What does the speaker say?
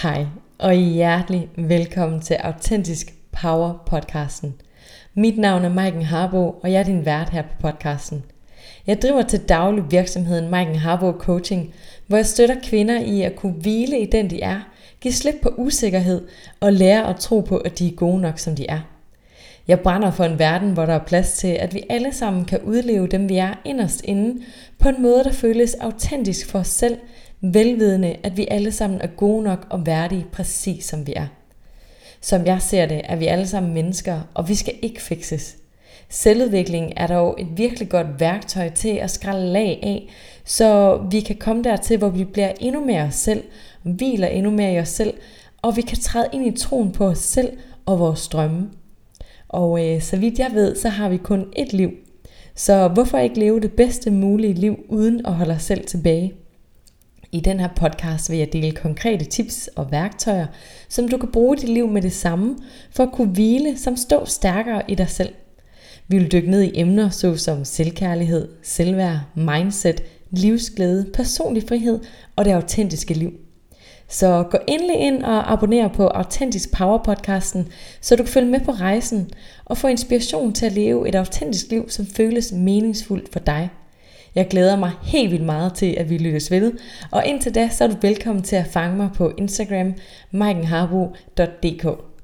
Hej og hjertelig velkommen til Autentisk Power podcasten. Mit navn er Maiken Harbo, og jeg er din vært her på podcasten. Jeg driver til daglig virksomheden Maiken Harbo Coaching, hvor jeg støtter kvinder i at kunne hvile i den de er, give slip på usikkerhed og lære at tro på, at de er gode nok som de er. Jeg brænder for en verden, hvor der er plads til, at vi alle sammen kan udleve dem vi er inderst inde, på en måde der føles autentisk for os selv, velvidende at vi alle sammen er gode nok og værdige præcis som vi er. Som jeg ser det, er vi alle sammen mennesker, og vi skal ikke fikses. Selvudvikling er dog et virkelig godt værktøj til at skrælle lag af, så vi kan komme dertil, hvor vi bliver endnu mere os selv, hviler endnu mere i os selv, og vi kan træde ind i troen på os selv og vores drømme. Og så vidt jeg ved, så har vi kun ét liv. Så hvorfor ikke leve det bedste mulige liv, uden at holde os selv tilbage? I den her podcast vil jeg dele konkrete tips og værktøjer, som du kan bruge i dit liv med det samme, for at kunne hvile samt stå stærkere i dig selv. Vi vil dykke ned i emner såsom selvkærlighed, selvværd, mindset, livsglæde, personlig frihed og det autentiske liv. Så gå endelig ind og abonner på Autentisk Power podcasten, så du kan følge med på rejsen og få inspiration til at leve et autentisk liv, som føles meningsfuldt for dig. Jeg glæder mig helt vildt meget til, at vi lyttes ved, og indtil da så er du velkommen til at fange mig på Instagram maikenharbo.dk.